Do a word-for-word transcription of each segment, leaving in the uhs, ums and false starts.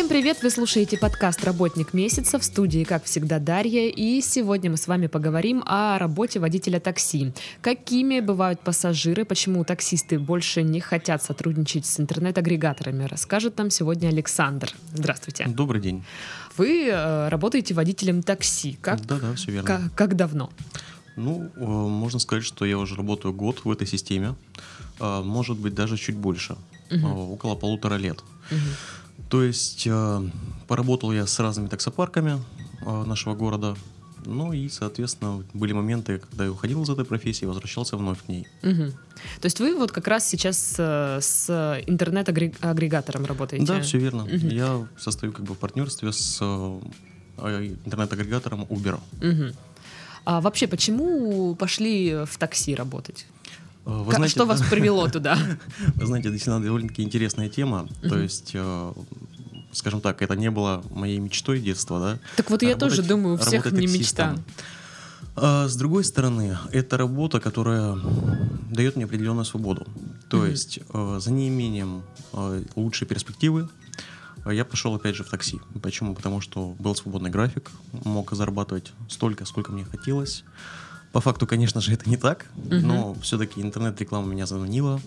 Всем привет! Вы слушаете подкаст «Работник месяца», в студии, как всегда, Дарья. И сегодня мы с вами поговорим о работе водителя такси. Какими бывают пассажиры, почему таксисты больше не хотят сотрудничать с интернет-агрегаторами, расскажет нам сегодня Александр. Здравствуйте. Добрый день. Вы э, работаете водителем такси. Как, да, да, все верно. Как, как давно? Ну, э, можно сказать, что я уже работаю год в этой системе. Э, может быть, даже чуть больше. Uh-huh. Э, около полутора лет. Uh-huh. То есть э, поработал я с разными таксопарками э, нашего города. Ну и, соответственно, были моменты, когда я уходил из этой профессии и возвращался вновь к ней. Угу. То есть вы вот как раз сейчас э, с интернет-агрегатором работаете? Да, все верно. Угу. Я состою как бы в партнерстве с э, интернет-агрегатором Uber. Угу. А вообще, почему пошли в такси работать? Вы знаете, что вас привело туда? Вы знаете, действительно довольно-таки интересная тема. Uh-huh. То есть, э, скажем так, это не было моей мечтой детства, да? Так вот я работать, тоже думаю, у всех не мечта. А с другой стороны, это работа, которая дает мне определенную свободу. То uh-huh. есть, э, за неимением э, лучшей перспективы я пошел опять же в такси. Почему? Потому что был свободный график, мог зарабатывать столько, сколько мне хотелось. По факту, конечно же, это не так, uh-huh. но все-таки интернет-реклама меня заманила.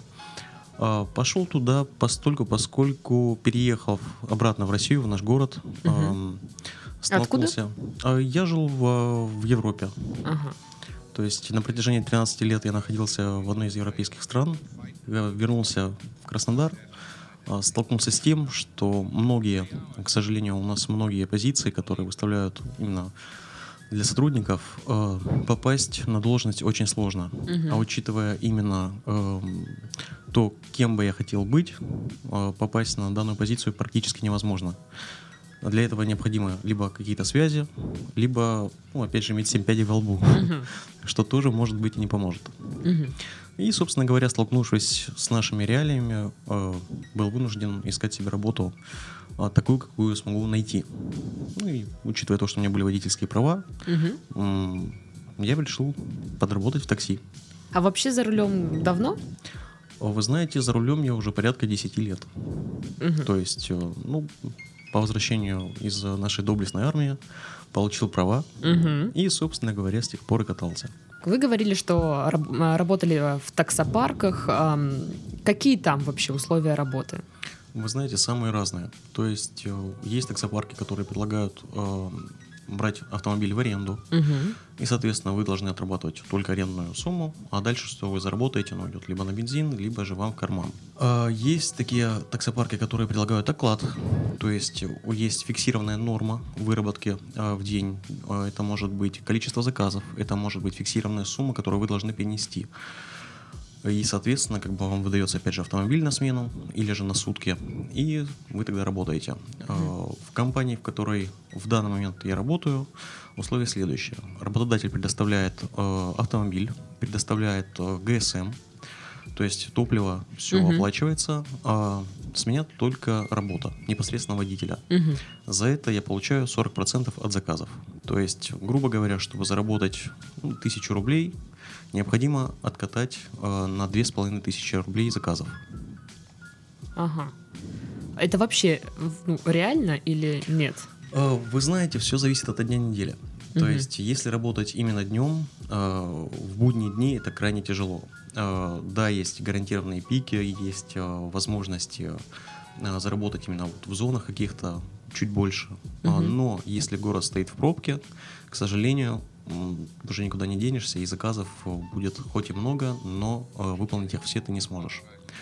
А, пошел туда постольку, поскольку, переехав обратно в Россию, в наш город, uh-huh. а, столкнулся. А, я жил в, в Европе. Uh-huh. То есть на протяжении тринадцати лет я находился в одной из европейских стран, я вернулся в Краснодар, а, столкнулся с тем, что многие, к сожалению, у нас многие позиции, которые выставляют именно для сотрудников, э, попасть на должность очень сложно. Uh-huh. А учитывая именно э, то, кем бы я хотел быть, э, попасть на данную позицию практически невозможно. Для этого необходимы либо какие-то связи, либо, ну, опять же, иметь семь пядей во лбу, uh-huh. что тоже, может быть, и не поможет. Uh-huh. И, собственно говоря, столкнувшись с нашими реалиями, э, был вынужден искать себе работу э, такую, какую смогу найти. Ну и учитывая то, что у меня были водительские права, угу. э, я решил подработать в такси. А вообще за рулем давно? Вы знаете, за рулем я уже порядка десяти лет. Угу. То есть, э, ну, по возвращению из нашей доблестной армии получил права угу. и, собственно говоря, с тех пор и катался. Вы говорили, что работали в таксопарках. Какие там вообще условия работы? Вы знаете, самые разные. То есть есть таксопарки, которые предлагают э, брать автомобиль в аренду. Угу. И, соответственно, вы должны отрабатывать только арендную сумму, а дальше, что вы заработаете, оно идет либо на бензин, либо же вам в карман. А есть такие таксопарки, которые предлагают оклад. То есть есть фиксированная норма выработки э, в день. Это может быть количество заказов, это может быть фиксированная сумма, которую вы должны перенести. И, соответственно, как бы вам выдается, опять же, автомобиль на смену или же на сутки, и вы тогда работаете. Mm-hmm. В компании, в которой в данный момент я работаю, условия следующие. Работодатель предоставляет э, автомобиль, предоставляет э, ГСМ, то есть топливо, все mm-hmm. оплачивается, а с меня только работа, непосредственно водителя. Mm-hmm. За это я получаю сорок процентов от заказов. То есть, грубо говоря, чтобы заработать ну, тысячу рублей, необходимо откатать э, на две с половиной тысячи рублей заказов. Ага. Это вообще ну, реально или нет? Э, вы знаете, все зависит от дня недели. То угу. есть, если работать именно днем, э, в будние дни это крайне тяжело. Э, да, есть гарантированные пики, есть э, возможности э, заработать именно вот в зонах каких-то чуть больше. Угу. Э, но если город стоит в пробке, к сожалению, уже никуда не денешься, и заказов будет хоть и много, но э, выполнить их все ты не сможешь.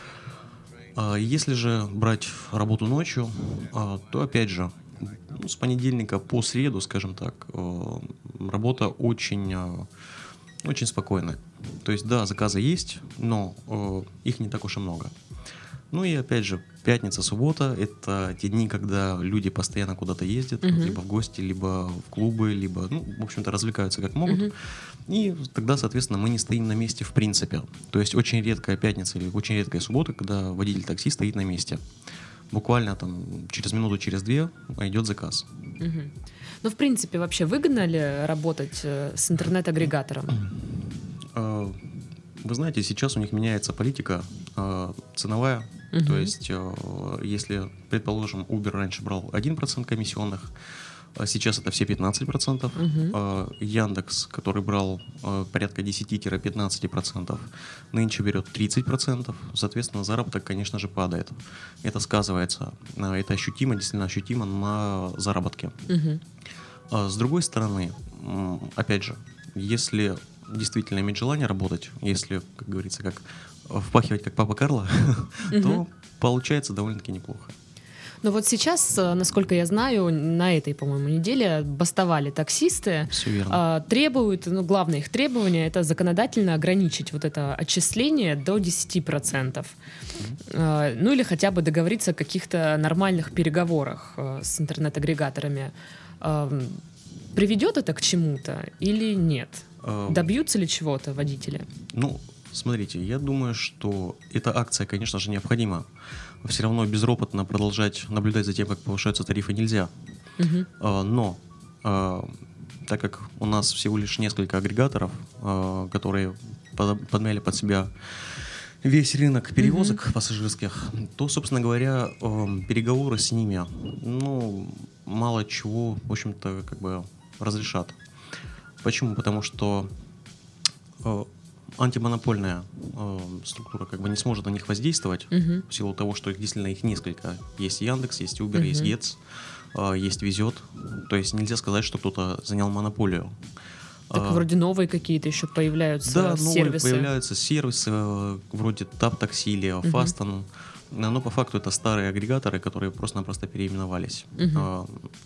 Э, если же брать работу ночью, э, то опять же, ну, с понедельника по среду, скажем так, э, работа очень, э, очень спокойная. То есть, да, заказы есть, но э, их не так уж и много. Ну и опять же, пятница, суббота — это те дни, когда люди постоянно куда-то ездят, uh-huh. либо в гости, либо в клубы, либо, ну, в общем-то, развлекаются как могут. Uh-huh. И тогда, соответственно, мы не стоим на месте в принципе. То есть очень редкая пятница или очень редкая суббота, когда водитель такси стоит на месте. Буквально там через минуту, через две идет заказ. Uh-huh. Ну, в принципе, вообще выгодно ли работать с интернет-агрегатором? Uh-huh. Вы знаете, сейчас у них меняется политика э, ценовая Uh-huh. То есть, если, предположим, Uber раньше брал один процент комиссионных, а сейчас это все пятнадцать процентов. Uh-huh. Яндекс, который брал порядка десять-пятнадцать процентов, нынче берет тридцать процентов. Соответственно, заработок, конечно же, падает. Это сказывается, это ощутимо, действительно ощутимо на заработке. Uh-huh. С другой стороны, опять же, если действительно иметь желание работать, если, как говорится, как впахивать как папа Карло, uh-huh. то получается довольно-таки неплохо. Но вот сейчас, насколько я знаю, на этой, по-моему, неделе бастовали таксисты, требуют, ну, главное их требование — это законодательно ограничить вот это отчисление до десять процентов. Mm-hmm. Ну или хотя бы договориться о каких-то нормальных переговорах с интернет-агрегаторами. Приведет это к чему-то или нет? Uh, Добьются ли чего-то водители? Ну, смотрите, я думаю, что эта акция, конечно же, необходима. Все равно безропотно продолжать наблюдать за тем, как повышаются тарифы, нельзя. Uh-huh. uh, Но, uh, так как у нас всего лишь несколько агрегаторов, uh, которые под, подмяли под себя весь рынок перевозок uh-huh. пассажирских, то, собственно говоря, uh, переговоры с ними, ну, мало чего, в общем-то, как бы разрешат. Почему? Потому что э, антимонопольная э, структура как бы не сможет на них воздействовать uh-huh. в силу того, что их действительно их несколько. Есть Яндекс, есть Uber, uh-huh. есть Гетц, э, есть Везет. То есть нельзя сказать, что кто-то занял монополию. Так а, вроде новые какие-то еще появляются да, сервисы. Да, новые появляются сервисы, э, вроде TapTaxi или uh-huh. Fasten. Но по факту это старые агрегаторы, которые просто-напросто переименовались. Uh-huh.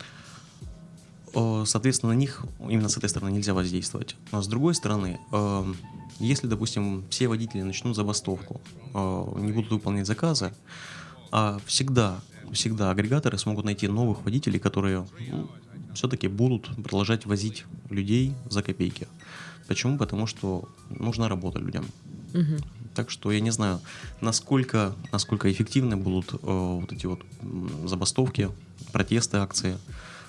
Соответственно, на них именно с этой стороны нельзя воздействовать. А с другой стороны, если, допустим, все водители начнут забастовку, не будут выполнять заказы, всегда, всегда агрегаторы смогут найти новых водителей, которые, ну, все-таки будут продолжать возить людей за копейки. Почему? Потому что нужна работа людям. Угу. Так что я не знаю, насколько, насколько эффективны будут э, вот эти вот забастовки, протесты, акции.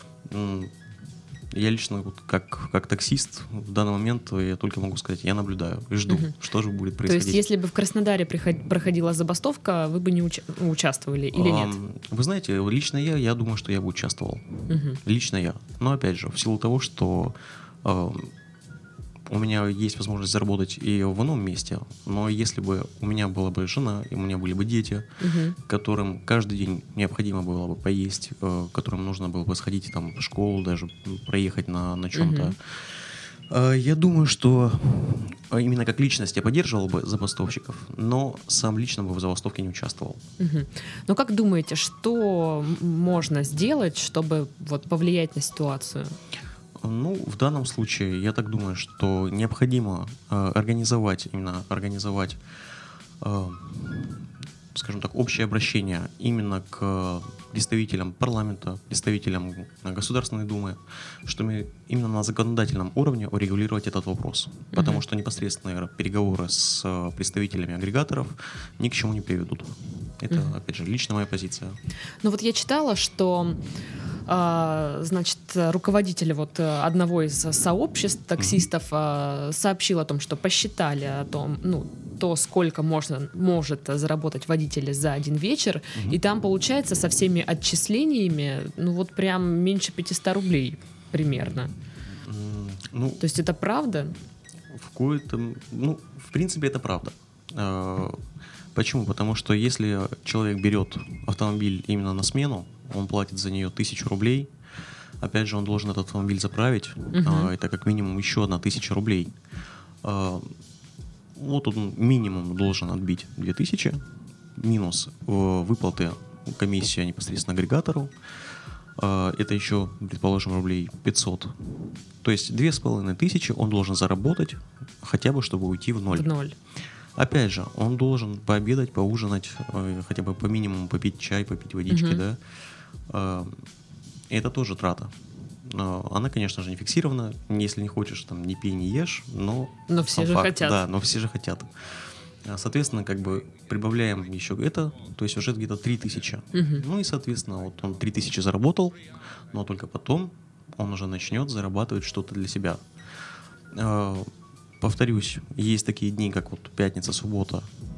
Я лично, вот, как, как таксист, в данный момент я только могу сказать, я наблюдаю и жду, угу. что же будет происходить. То есть, если бы в Краснодаре приход... проходила забастовка, вы бы не уч... участвовали или а, нет? Вы знаете, лично я, я думаю, что я бы участвовал. Угу. Лично я. Но опять же, в силу того, что э, у меня есть возможность заработать и в ином месте, но если бы у меня была бы жена, и у меня были бы дети, угу. которым каждый день необходимо было бы поесть, э, которым нужно было бы сходить там, в школу, даже проехать на, на чем-то, угу. э, я думаю, что именно как личность я поддерживал бы забастовщиков, но сам лично бы в забастовке не участвовал. Угу. Ну как думаете, что можно сделать, чтобы вот, повлиять на ситуацию? Ну, в данном случае, я так думаю, что необходимо э, организовать, именно организовать, э, скажем так, общее обращение именно к представителям парламента, представителям Государственной Думы, чтобы именно на законодательном уровне урегулировать этот вопрос. Mm-hmm. Потому что непосредственные переговоры с представителями агрегаторов ни к чему не приведут. Это, mm-hmm. опять же, лично моя позиция. Ну вот я читала, что значит, руководитель вот одного из сообществ таксистов mm-hmm. сообщил о том, что посчитали о том, ну, то, сколько можно, может заработать водитель за один вечер, mm-hmm. и там получается со всеми отчислениями, ну вот прям меньше пятьсот рублей примерно. Mm-hmm. Ну, то есть это правда? В кои-то, ну, в принципе, это правда. Почему? Потому что если человек берет автомобиль именно на смену, он платит за нее тысячу рублей, опять же, он должен этот автомобиль заправить, uh-huh. это как минимум еще одна тысяча рублей. Вот он минимум должен отбить две тысячи, минус выплаты комиссия непосредственно агрегатору, это еще, предположим, рублей пятьсот. То есть две с половиной тысячи он должен заработать, хотя бы, чтобы уйти в ноль. В ноль. Опять же, он должен пообедать, поужинать, э, хотя бы по минимуму попить чай, попить водички, uh-huh. да. Э, это тоже трата. Э, она, конечно же, не фиксирована. Если не хочешь, там, не пей, не ешь, но... Но все же факт, хотят. Да, но все же хотят. Соответственно, как бы прибавляем еще это, то есть уже где-то три тысячи. Uh-huh. Ну и, соответственно, вот он три тысячи заработал, но только потом он уже начнет зарабатывать что-то для себя. Э, Повторюсь, есть такие дни, как вот пятница, суббота,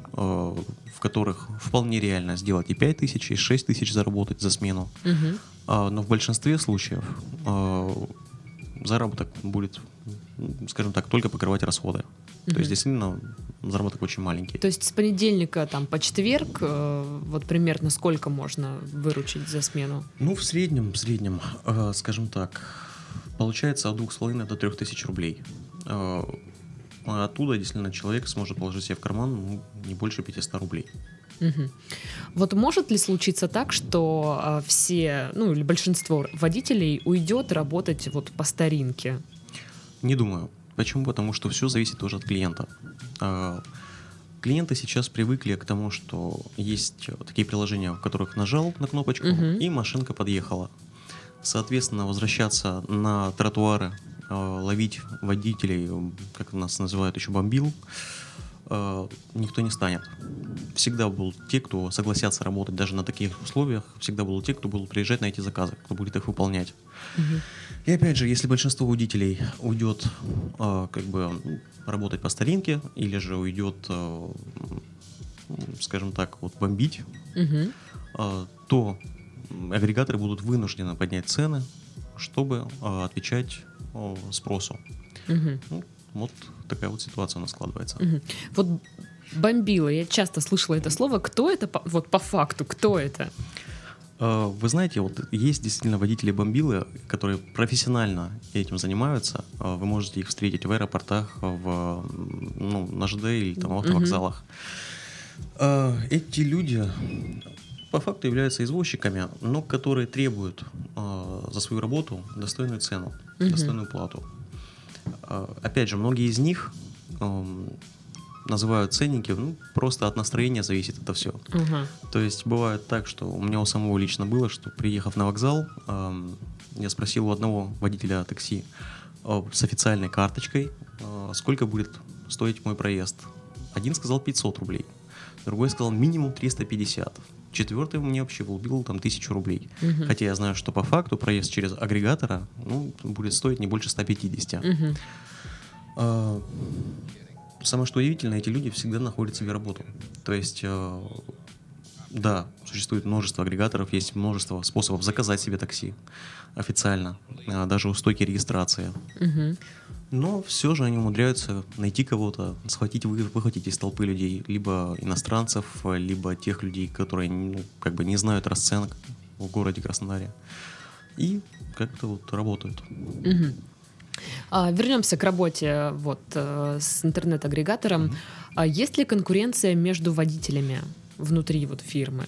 э, в которых вполне реально сделать и пять тысяч, и шесть тысяч заработать за смену. Мгм. А, но в большинстве случаев э, заработок будет, м, скажем так, только покрывать расходы. То Мгм. есть действительно заработок очень маленький. То есть с понедельника там по четверг э, вот примерно сколько можно выручить за смену? Ну, в среднем, в среднем, э, скажем так, получается от двух с половиной до трех тысяч рублей. Э, а оттуда действительно человек сможет положить себе в карман ну, не больше пятьсот рублей. Мгм. Вот может ли случиться так, что а, все, ну или большинство водителей уйдет работать вот по старинке? Не думаю. Почему? Потому что все зависит тоже от клиента. А, Клиенты сейчас привыкли к тому, что есть такие приложения, в которых нажал на кнопочку, Мгм. и машинка подъехала. Соответственно, возвращаться на тротуары, э, ловить водителей, м, как нас называют еще бомбил, э, никто не станет. Всегда будут те, кто согласятся работать даже на таких условиях, всегда будут те, кто будут приезжать на эти заказы, кто будет их выполнять. Мгм. И опять же, если большинство водителей уйдет э, как бы ну, работать по старинке, или же уйдет, э, м, скажем так, вот бомбить, Мгм. э, то м, агрегаторы будут вынуждены поднять цены, чтобы э, отвечать э, спросу. Мгм. Ну, вот такая вот ситуация у нас складывается. Мгм. Вот бомбила, я часто слышала это слово. Кто это по- вот по факту? Кто это? Э, Вы знаете, вот есть действительно водители-бомбилы, которые профессионально этим занимаются. Э, Вы можете их встретить в аэропортах, в, м, ну, на ЖД или там, в автовокзалах. Э, Эти люди по факту являются извозчиками, но которые требуют э, за свою работу достойную цену, Мгм. достойную плату. Э, Опять же, многие из них эм, называют ценники, ну, просто от настроения зависит это все. Ага. То есть бывает так, что у меня у самого лично было, что приехав на вокзал, эм, я спросил у одного водителя такси э, с официальной карточкой, э, сколько будет стоить мой проезд. Один сказал пятьсот рублей, другой сказал минимум триста пятьдесят. Четвертый мне вообще влюбил там тысячу рублей. Мгм. Хотя я знаю, что по факту проезд через агрегатора ну, будет стоить не больше ста пятидесяти. Мгм. А, Самое что удивительно, эти люди всегда находят себе работу. То есть, э, да, существует множество агрегаторов, есть множество способов заказать себе такси официально, а, даже у стойки регистрации. Мгм. Но все же они умудряются найти кого-то, схватить, вы- выхватить из толпы людей, либо иностранцев, либо тех людей, которые ну, как бы не знают расценок в городе Краснодаре. И как-то вот работают. Мгм. А, вернемся к работе вот э, с интернет-агрегатором. Мгм. А есть ли конкуренция между водителями внутри вот фирмы?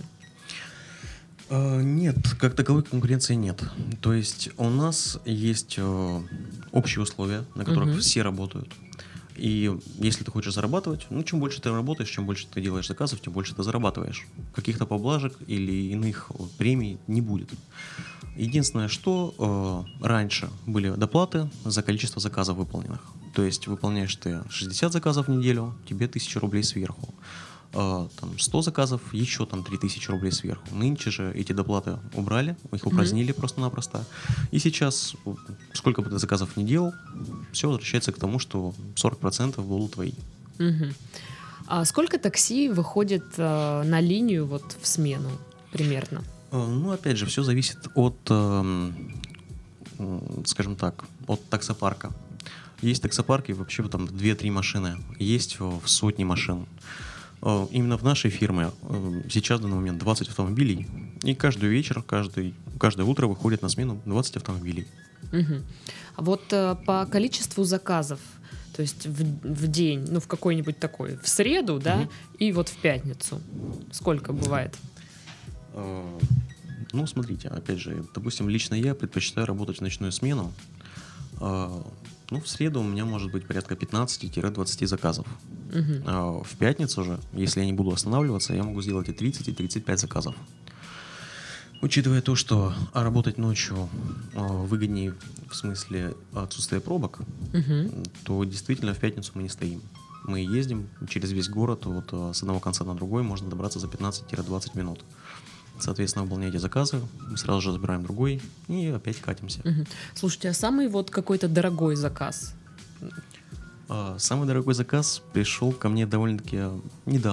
А, Нет, как таковой конкуренции нет. То есть у нас есть э, общие условия, на которых Мгм. все работают. И если ты хочешь зарабатывать, ну, чем больше ты работаешь, чем больше ты делаешь заказов, тем больше ты зарабатываешь. Каких-то поблажек или иных вот, премий не будет. Единственное, что э, раньше были доплаты за количество заказов выполненных. То есть выполняешь ты шестьдесят заказов в неделю, тебе тысяча рублей сверху. Э, там сто заказов, еще там три тысячи рублей сверху. Нынче же эти доплаты убрали, их упразднили просто-напросто. И сейчас, э, сколько бы ты заказов ни делал, все возвращается к тому, что сорок процентов будут твои. Мгм. А сколько такси выходит э, на линию вот в смену примерно? Э, Ну, опять же, все зависит от, эм, м, скажем так, от таксопарка. Есть таксопарки вообще там в две-три машины, есть в в сотни машин. Э, Именно в нашей фирме э, сейчас в данный момент двадцать автомобилей, и каждый вечер, каждый, каждое утро выходит на смену двадцать автомобилей. Мгм. А вот э, по количеству заказов, то есть в, в день, ну в какой-нибудь такой, в среду, да, Мгм. и вот в пятницу, сколько бывает? Э, Ну, смотрите, опять же, допустим, лично я предпочитаю работать в ночную смену. Э, Ну, в среду у меня может быть порядка пятнадцать-двадцать заказов. Мгм. А В пятницу же, если я не буду останавливаться, я могу сделать и тридцать, и тридцать пять заказов. Учитывая то, что а, работать ночью а, выгоднее в смысле отсутствия пробок, Мгм. м, то действительно в пятницу мы не стоим. Мы ездим через весь город, вот а, с одного конца на другой можно добраться за пятнадцать-двадцать минут. Соответственно, выполняете заказы, мы сразу же забираем другой и опять катимся. Мгм. Слушайте, а самый вот какой-то дорогой заказ? А, Самый дорогой заказ пришел ко мне довольно-таки недавно,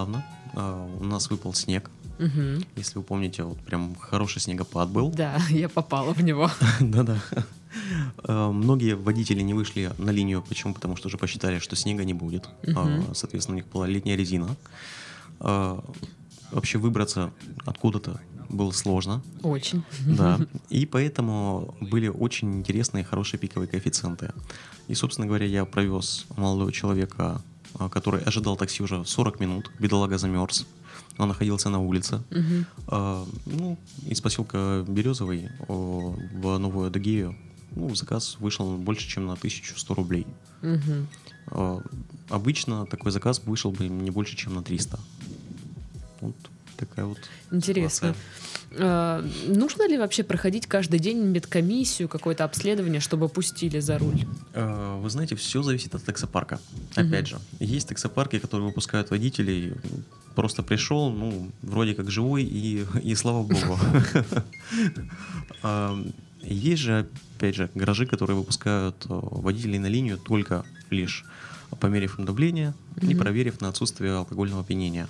э, у нас выпал снег. Угу. Если вы помните, вот прям хороший снегопад был. Да, я попала в него. Да-да. Э, Многие водители не вышли на линию. Почему? Потому что уже посчитали, что снега не будет. Э, Соответственно, у них была летняя резина. Э, Вообще выбраться откуда-то было сложно. Очень. Да. И поэтому были очень интересные, хорошие пиковые коэффициенты. И, собственно говоря, я провез молодого человека, а, который ожидал такси уже сорок минут. Бедолага замерз. Он находился на улице. Мгм. А, ну, из поселка Березовый о, в Новую Адыгею, ну, заказ вышел больше, чем на тысячу сто рублей. Мгм. А, обычно такой заказ вышел бы не больше, чем на триста. Вот такая вот Интересно. ситуация. А, нужно ли вообще проходить каждый день медкомиссию, какое-то обследование, чтобы пустили за руль? Э, Вы знаете, все зависит от таксопарка. Мгм. Опять же, есть таксопарки, которые выпускают водителей. Просто пришел, ну, вроде как живой, и, и слава богу. А, Есть же, опять же, гаражи, которые выпускают э, водителей на линию только лишь померив им давление и Мгм. проверив на отсутствие алкогольного опьянения.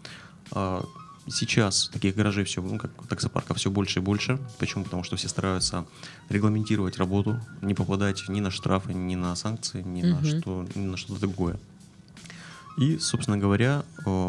А, Сейчас таких гаражей все, ну, как таксопарков все больше и больше. Почему? Потому что все стараются регламентировать работу, не попадать ни на штрафы, ни на санкции, ни, на, Мгм. что, ни на что-то другое. И, собственно говоря,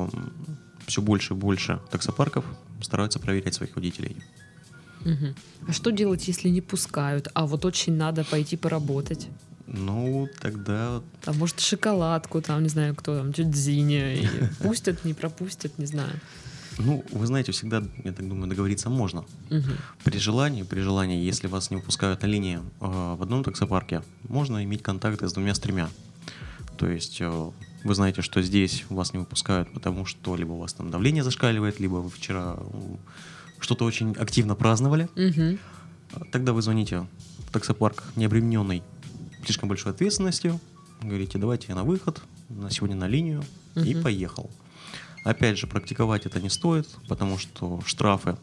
все больше и больше таксопарков стараются проверять своих водителей. Мгм. А что делать, если не пускают, а вот очень надо пойти поработать? Ну, тогда А может, шоколадку, там, не знаю, кто там, тетя Зиня, и пустят, не пропустят, не знаю. ну, вы знаете, всегда, я так думаю, договориться можно. Мгм. При желании, при желании, если вас не выпускают на линии э, в одном таксопарке, можно иметь контакты с двумя, с тремя. То есть э, вы знаете, что здесь вас не выпускают, потому что либо у вас там давление зашкаливает, либо вы вчера м, что-то очень активно праздновали. Мгм. Тогда вы звоните в таксопарк, не обремененный слишком большой ответственностью, говорите, давайте я на выход, на сегодня на линию, и Мгм. поехал. Опять же, практиковать это не стоит, потому что штрафы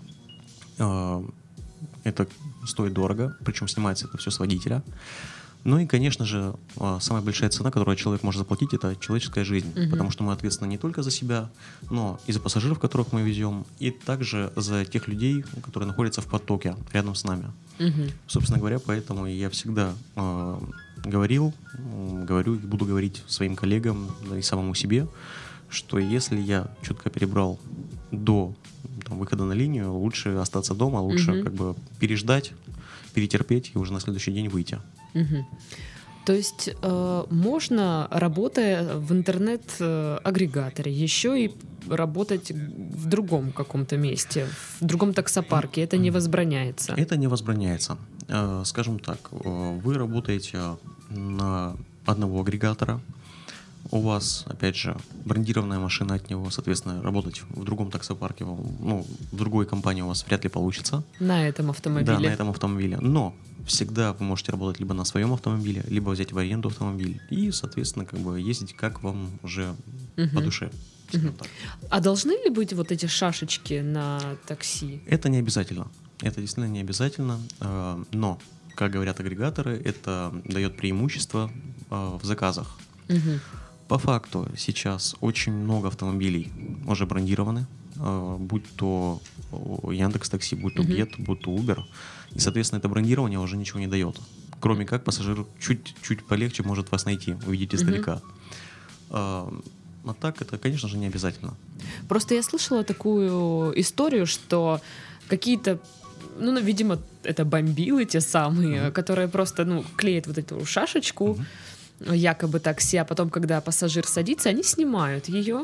э, это стоит дорого, причем снимается это все с водителя. Ну и, конечно же, э, самая большая цена, которую человек может заплатить, это человеческая жизнь, Мгм. потому что мы ответственны не только за себя, но и за пассажиров, которых мы везем, и также за тех людей, которые находятся в потоке рядом с нами. Мгм. Собственно говоря, поэтому я всегда э, говорил, м, говорю и буду говорить своим коллегам, да и самому себе, что если я четко перебрал до там, выхода на линию, лучше остаться дома, лучше Мгм. как бы переждать, перетерпеть и уже на следующий день выйти. Мгм. То есть э, можно, работая в интернет-агрегаторе, еще и работать в другом каком-то месте, в другом таксопарке. Это не возбраняется. Это не возбраняется. Э, Скажем так, э, вы работаете на одного агрегатора, у вас, опять же, брендированная машина от него, соответственно, работать в другом таксопарке, ну, в другой компании у вас вряд ли получится. На этом автомобиле. Да, на этом автомобиле. Но всегда вы можете работать либо на своем автомобиле, либо взять в аренду автомобиль и, соответственно, как бы ездить как вам уже Мгм. по душе. скажем Мгм. так. А должны ли быть вот эти шашечки на такси? Это не обязательно. Это действительно не обязательно. э, Но, как говорят агрегаторы, это дает преимущество э, в заказах. Мгм. По факту сейчас очень много автомобилей уже брендированы, э, будь то Яндекс.Такси, будь то Мгм. Get, будь то Uber. И, соответственно, это брендирование уже ничего не дает. Кроме как пассажир чуть-чуть полегче может вас найти, увидеть Мгм. издалека. А, а так это, конечно же, не обязательно. Просто я слышала такую историю, что какие-то, ну, ну, видимо, это бомбилы те самые, Мгм. которые просто, ну, клеят вот эту шашечку, Мгм. якобы такси, а потом, когда пассажир садится, они снимают ее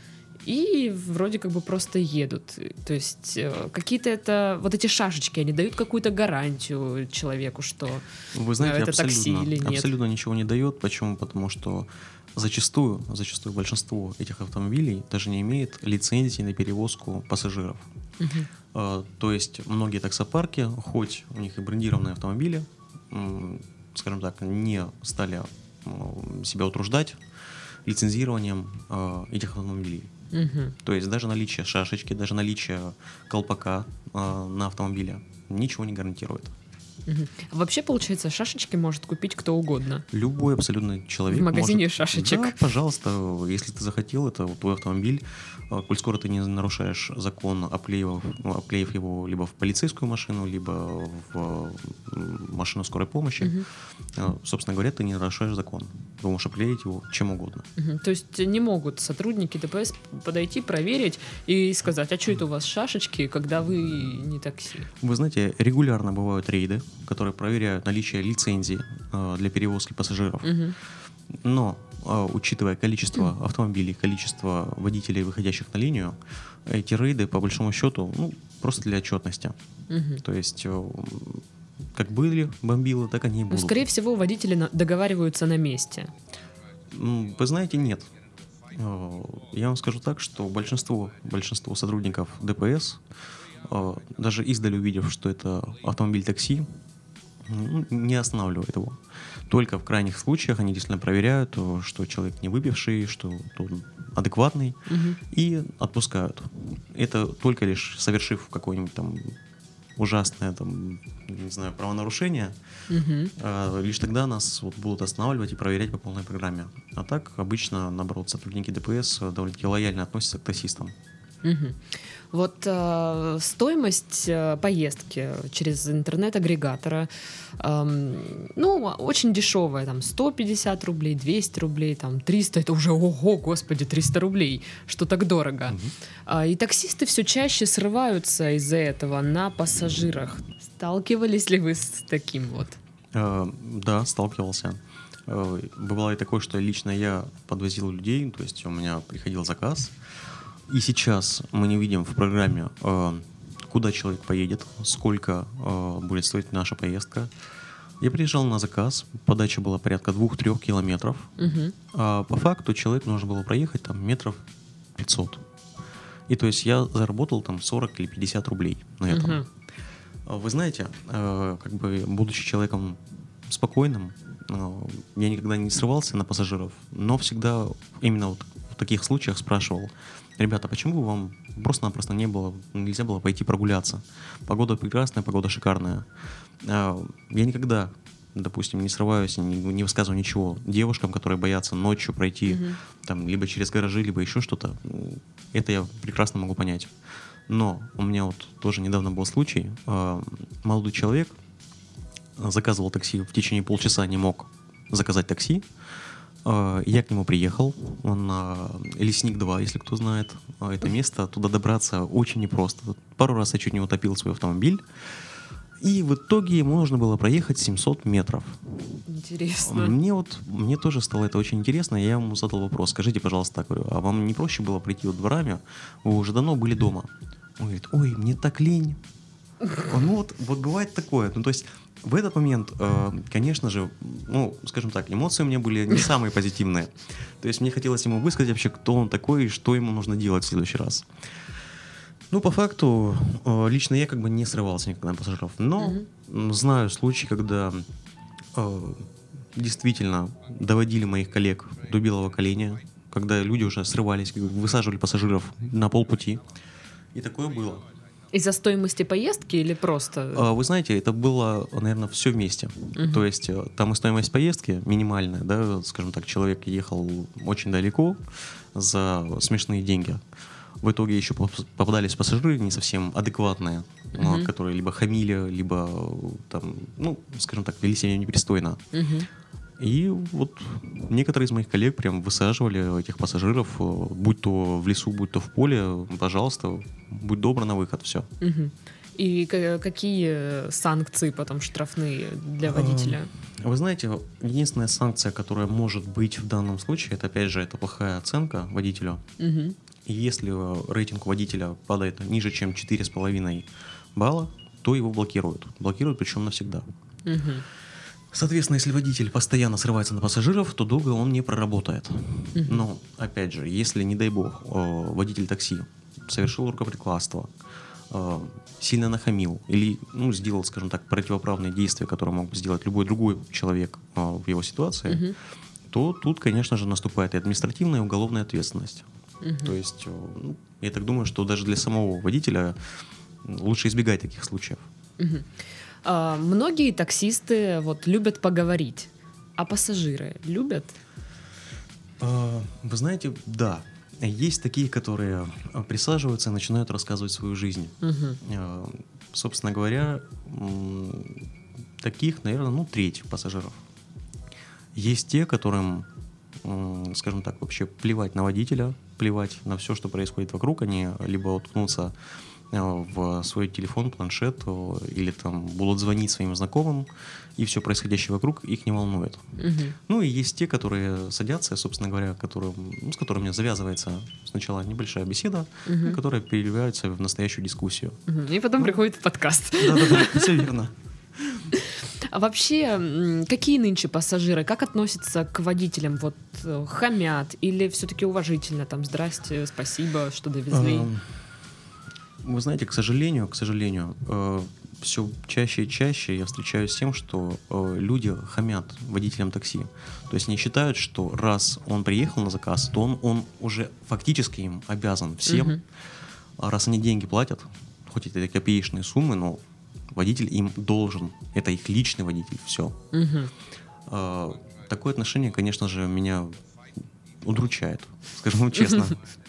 и вроде как бы просто едут. То есть э, какие-то это, вот эти шашечки, они дают какую-то гарантию человеку, что Вы знаете, это такси абсолютно, или нет? абсолютно ничего не дает. Почему? Потому что зачастую, зачастую большинство этих автомобилей даже не имеет лицензии на перевозку пассажиров. Мгм. А, То есть многие таксопарки, хоть у них и брендированные автомобили, м, скажем так, не стали м, себя утруждать лицензированием а, этих автомобилей. Мгм. То есть даже наличие шашечки, даже наличие колпака а, на автомобиле ничего не гарантирует. Мгм. Вообще, получается, шашечки может купить кто угодно. Любой абсолютно человек В магазине может... шашечек. Да, пожалуйста, если ты захотел, это вот твой автомобиль. А, Коль скоро ты не нарушаешь закон, обклеив, ну, обклеив его либо в полицейскую машину, либо в м, машину скорой помощи, Мгм. а, собственно говоря, ты не нарушаешь закон. Ты можешь обклеить его чем угодно. Мгм. То есть не могут сотрудники ДПС подойти, проверить и сказать, а что это у вас шашечки, когда вы не такси? Вы знаете, регулярно бывают рейды, которые проверяют наличие лицензии а, для перевозки пассажиров. Мгм. Но, а, учитывая количество автомобилей, количество водителей, выходящих на линию, эти рейды, по большому счету, ну, просто для отчетности. Мгм. То есть, э, как были бомбилы, так они и Ну, будут. скорее всего, водители на- договариваются на месте. М, Вы знаете, нет. Э, Я вам скажу так, что большинство, большинство сотрудников ДПС, э, даже издали увидев, что это автомобиль такси, м, не останавливает его. Только в крайних случаях они действительно проверяют, э, что человек не выпивший, что он адекватный, Мгм. и отпускают. Это только лишь совершив какое-нибудь там ужасное, там, не знаю, правонарушение, Мгм. э, лишь тогда нас вот будут останавливать и проверять по полной программе. А так обычно, наоборот, сотрудники ДПС э, довольно-таки лояльно относятся к таксистам. Мгм. Вот э, стоимость э, поездки через интернет-агрегатора, эм, ну, очень дешевая, там, сто пятьдесят рублей, двести рублей, там, триста, это уже, ого, господи, триста рублей, что так дорого. Мгм. А, и таксисты все чаще срываются из-за этого на пассажирах. Сталкивались ли вы с таким вот? Э, Да, сталкивался. Э, Бывало и такое, что лично я подвозил людей, то есть у меня приходил заказ, и сейчас мы не видим в программе, э, куда человек поедет, сколько э, будет стоить наша поездка. Я приезжал на заказ, подача была порядка двух-трех километров, Мгм. а по факту человек нужно было проехать там метров пятьсот. И то есть я заработал там сорок или пятьдесят рублей на этом. Мгм. А Вы знаете, э, как бы будучи человеком спокойным, э, я никогда не срывался на пассажиров, но всегда именно вот в таких случаях спрашивал: ребята, почему бы вам просто-напросто не было, нельзя было пойти прогуляться? Погода прекрасная, погода шикарная. А, Я никогда, допустим, не срываюсь, не, не высказываю ничего девушкам, которые боятся ночью пройти Мгм. там либо через гаражи, либо еще что-то. Это я прекрасно могу понять. Но у меня вот тоже недавно был случай. э, Молодой человек заказывал такси, в течение полчаса не мог заказать такси. Э, Я к нему приехал. Он э, Лесник два, если кто знает. Э, Это место, туда добраться очень непросто. Вот пару раз я чуть не утопил свой автомобиль. И в итоге ему нужно было проехать семьсот метров. Интересно. Мне вот, мне тоже стало это очень интересно, и я ему задал вопрос: скажите, пожалуйста, так, говорю, а вам не проще было прийти вот дворами, вы уже давно были дома? Он говорит: ой, мне так лень. Ну вот, вот бывает такое, ну то есть в этот момент, э, конечно же, ну, скажем так, эмоции у меня были не самые позитивные. То есть мне хотелось ему высказать вообще, кто он такой и что ему нужно делать в следующий раз. Ну, по факту, э, лично я как бы не срывался никогда на пассажиров, но Мгм. м, знаю случаи, когда э, действительно доводили моих коллег до белого коленя, когда люди уже срывались, как бы высаживали пассажиров на полпути. И такое было. Из-за стоимости поездки или просто? А, Вы знаете, это было, наверное, все вместе. Мгм. То есть э, там и стоимость поездки минимальная, да, скажем так, человек ехал очень далеко за смешные деньги. В итоге еще поп- попадались пассажиры не совсем адекватные, э, Мгм. которые либо хамили, либо э, там, ну, скажем так, вели себя непристойно. Мгм. И вот некоторые из моих коллег прям высаживали этих пассажиров, э, будь то в лесу, будь то в поле, пожалуйста, будь добр, на выход, все. Мгм. И к- какие санкции потом штрафные для водителя? Вы знаете, единственная санкция, которая может быть в данном случае, это, опять же, это плохая оценка водителю. Мгм. И если э, рейтинг водителя падает ниже, чем четыре с половиной балла, то его блокируют. Блокируют, причем навсегда. Мгм. Соответственно, если водитель постоянно срывается на пассажиров, то долго он не проработает. Мгм. Но, опять же, если, не дай бог, э, водитель такси совершил рукоприкладство, э, сильно нахамил или, ну, сделал, скажем так, противоправные действия, которые мог бы сделать любой другой человек э, в его ситуации, Мгм. то тут, конечно же, наступает и административная, и уголовная ответственность. Мгм. То есть, э, ну, я так думаю, что даже для самого водителя лучше избегать таких случаев. Мгм. А, многие таксисты вот любят поговорить, а пассажиры любят? А, Вы знаете, да. Есть такие, которые присаживаются и начинают рассказывать свою жизнь. Мгм. А, Собственно говоря, м, таких, наверное, ну, треть пассажиров. Есть те, которым, м, скажем так, вообще плевать на водителя, плевать на все, что происходит вокруг. Они либо уткнутся э, в свой телефон, планшет, э, или там будут звонить своим знакомым, и все происходящее вокруг их не волнует. Мгм. Ну и есть те, которые садятся, собственно говоря, которым, ну, с которыми завязывается сначала небольшая беседа, Мгм. ну, которая переливается в настоящую дискуссию. Мгм. И потом Ну. приходит подкаст. Да-да-да, все верно. А вообще, м, какие нынче пассажиры, как относятся к водителям? Вот э, хамят или все-таки уважительно? Там, здрасте, спасибо, что довезли. Эм, Вы знаете, к сожалению, к сожалению, все чаще и чаще я встречаюсь с тем, что э, люди хамят водителям такси. То есть они считают, что раз он приехал на заказ, то он, он уже фактически им обязан всем. Мгм. А раз они деньги платят, хоть это и копеечные суммы, но водитель им должен. Это их личный водитель, все. Мгм. Такое отношение, конечно же, меня удручает, скажем вам честно.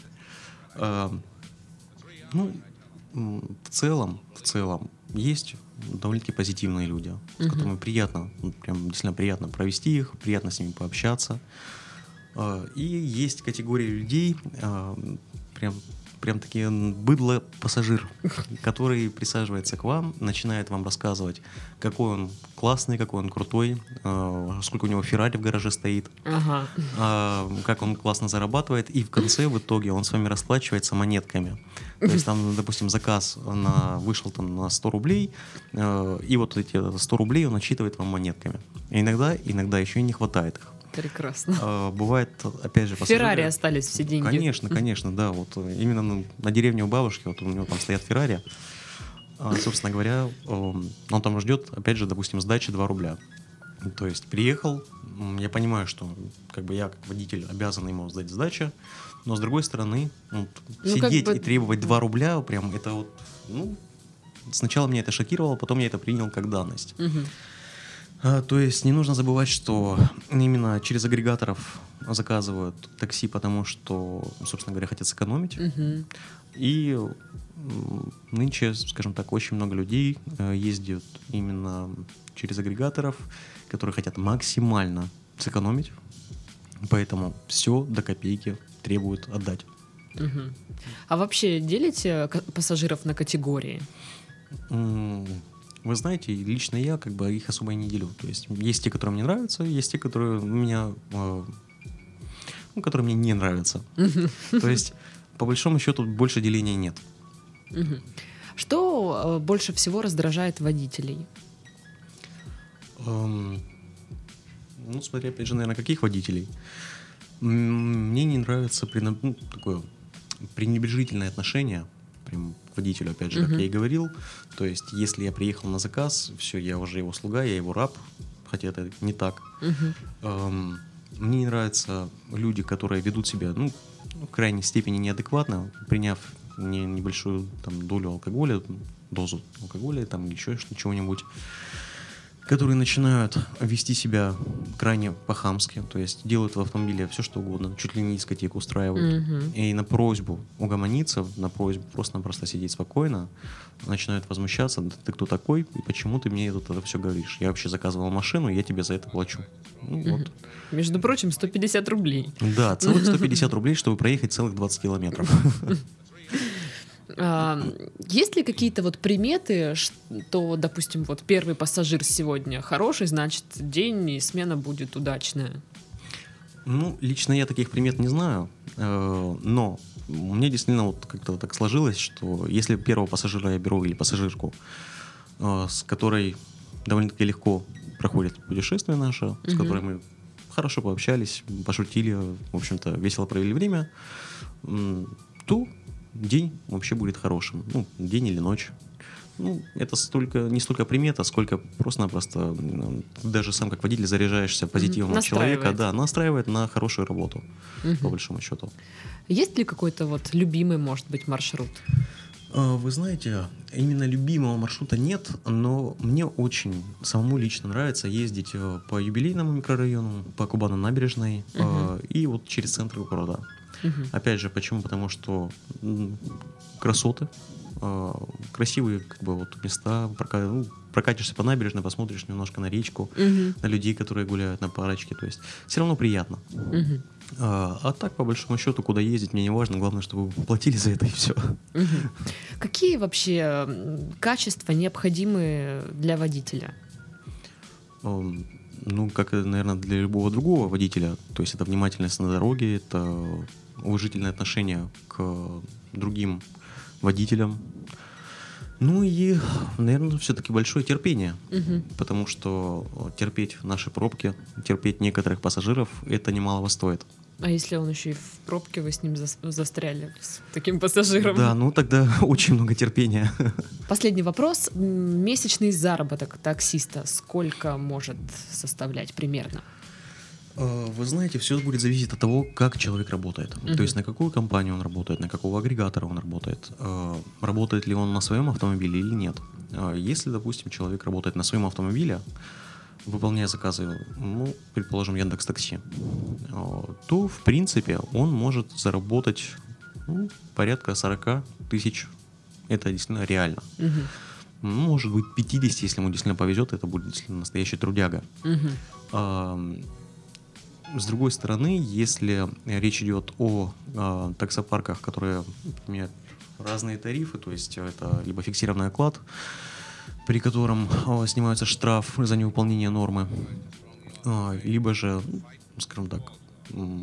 А, Ну, м, в целом, в целом, есть довольно-таки позитивные люди, с Мгм. которыми приятно, ну, прям действительно приятно провести их, приятно с ними пообщаться. А, И есть категория людей, а, прям, прям такие быдло пассажир, который присаживается к вам, начинает вам рассказывать, какой он классный, какой он крутой, а, сколько у него Феррари в гараже стоит, Ага. а, как он классно зарабатывает, и в конце, в итоге, он с вами расплачивается монетками. То есть там, допустим, заказ на, вышел там на сто рублей, э, и вот эти сто рублей он отчитывает вам монетками. И иногда, иногда еще и не хватает их. Прекрасно. А, бывает, опять же, В пассажиры... Феррари остались все деньги. Конечно, конечно, да. Вот э, именно на, на деревне у бабушки, вот у него там стоят Феррари. А, собственно говоря, он, он там ждет, опять же, допустим, сдачи два рубля. То есть приехал, м, я понимаю, что как бы я как водитель обязан ему сдать сдачу, но с другой стороны, ну, Ну, как сидеть бы- и требовать два рубля, прям это вот, ну, сначала меня это шокировало, потом я это принял как данность. Мгм. А, то есть не нужно забывать, что именно через агрегаторов заказывают такси, потому что, собственно говоря, хотят сэкономить. Мгм. И м, нынче, скажем так, очень много людей э, ездят именно через агрегаторов, которые хотят максимально сэкономить, поэтому все до копейки требуют отдать. Мгм. А вообще делите ка- пассажиров на категории? М, Вы знаете, лично я как бы их особо и не делю. То есть есть те, которые мне нравятся, есть те, которые меня, э, ну, которые мне не нравятся. То есть по большому счету больше деления нет. Мгм. Что э, больше всего раздражает водителей? Эм, Ну, смотря, опять же, наверное, каких водителей. М, Мне не нравится прена- ну, такое пренебрежительное отношение прям к водителю, опять же, Мгм. как я и говорил. То есть, если я приехал на заказ, все, я уже его слуга, я его раб, хотя это не так. Мгм. Эм, Мне не нравятся люди, которые ведут себя, ну, в крайней степени неадекватно, приняв не- небольшую там, долю алкоголя, дозу алкоголя, там еще что- чего-нибудь, которые начинают вести себя крайне по-хамски, то есть делают в автомобиле все, что угодно, чуть ли не дискотеку устраивают. Мгм. И на просьбу угомониться, на просьбу просто-напросто сидеть спокойно, начинают возмущаться: «Да ты кто такой, и почему ты мне тут это все говоришь? Я вообще заказывал машину, и я тебе за это плачу». Ну, вот. Между прочим, сто пятьдесят рублей. Да, целых сто пятьдесят рублей, чтобы проехать целых двадцать километров. А, есть ли какие-то вот приметы, что, допустим, вот первый пассажир сегодня хороший, значит, день и смена будет удачная? Ну, лично я таких примет не знаю, э, но у меня действительно вот как-то так сложилось, что если первого пассажира я беру или пассажирку, э, с которой довольно-таки легко проходит путешествие наше, с Мгм. которой мы хорошо пообщались, пошутили, в общем-то, весело провели время, м, то день вообще будет хорошим. Ну, день или ночь. Ну, это столько, не столько примета, сколько просто-напросто м, ты даже сам как водитель заряжаешься позитивом от человека, Настраивает. да, настраивает на хорошую работу, Мгм. по большому счету. Есть ли какой-то вот любимый, может быть, маршрут? Вы знаете, именно любимого маршрута нет, но мне очень самому лично нравится ездить по юбилейному микрорайону, по Кубано-набережной uh-huh. и вот через центр города. Uh-huh. Опять же, почему? Потому что красоты, красивые как бы вот места, ну, прокатишься по набережной, посмотришь немножко на речку, uh-huh. на людей, которые гуляют на парочке, то есть все равно приятно. Uh-huh. А, а так, по большому счету, куда ездить, мне не важно, главное, чтобы вы платили за это и все. Uh-huh. Какие вообще качества необходимы для водителя? Um, ну, как, наверное, для любого другого водителя, то есть это внимательность на дороге, это уважительное отношение к другим водителям. Ну и, наверное, все-таки большое терпение, угу. потому что терпеть наши пробки, терпеть некоторых пассажиров, это немалого стоит. А если он еще и в пробке, вы с ним за- застряли, с таким пассажиром? Да, ну тогда очень много терпения. Последний вопрос. Месячный заработок таксиста сколько может составлять примерно? Вы знаете, все будет зависеть от того, как человек работает. Uh-huh. То есть на какую компанию он работает, на какого агрегатора он работает, работает ли он на своем автомобиле или нет. Если, допустим, человек работает на своем автомобиле, выполняя заказы, ну, предположим, Яндекс.Такси, то, в принципе, он может заработать ну, порядка сорок тысяч. Это действительно реально. Uh-huh. Может быть, пятьдесят, если ему действительно повезет, это будет действительно настоящий трудяга. Uh-huh. С другой стороны, если речь идет о э, таксопарках, которые имеют разные тарифы, то есть это либо фиксированный оклад, при котором э, снимается штраф за невыполнение нормы, э, либо же, скажем так, э,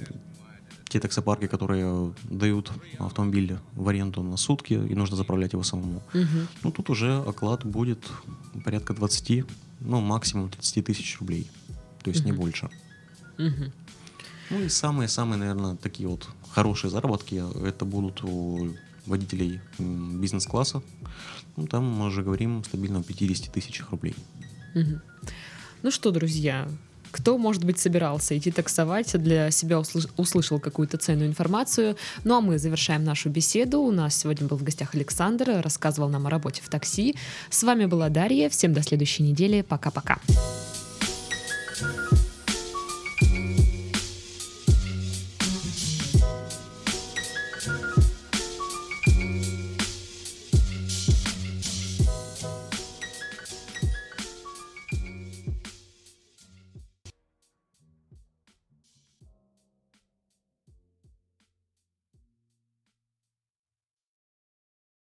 те таксопарки, которые дают автомобиль в аренду на сутки, и нужно заправлять его самому. Uh-huh. Ну, тут уже оклад будет порядка двадцать, ну, максимум тридцать тысяч рублей, то есть uh-huh. не больше. Uh-huh. Ну и самые-самые, наверное, такие вот хорошие заработки это будут у водителей бизнес-класса. Ну, там мы уже говорим стабильно о пятьдесят тысяч рублей. Uh-huh. Ну что, друзья, кто, может быть, собирался идти таксовать, для себя услыш- услышал какую-то ценную информацию. Ну а мы завершаем нашу беседу. У нас сегодня был в гостях Александр, рассказывал нам о работе в такси. С вами была Дарья. Всем до следующей недели. Пока-пока.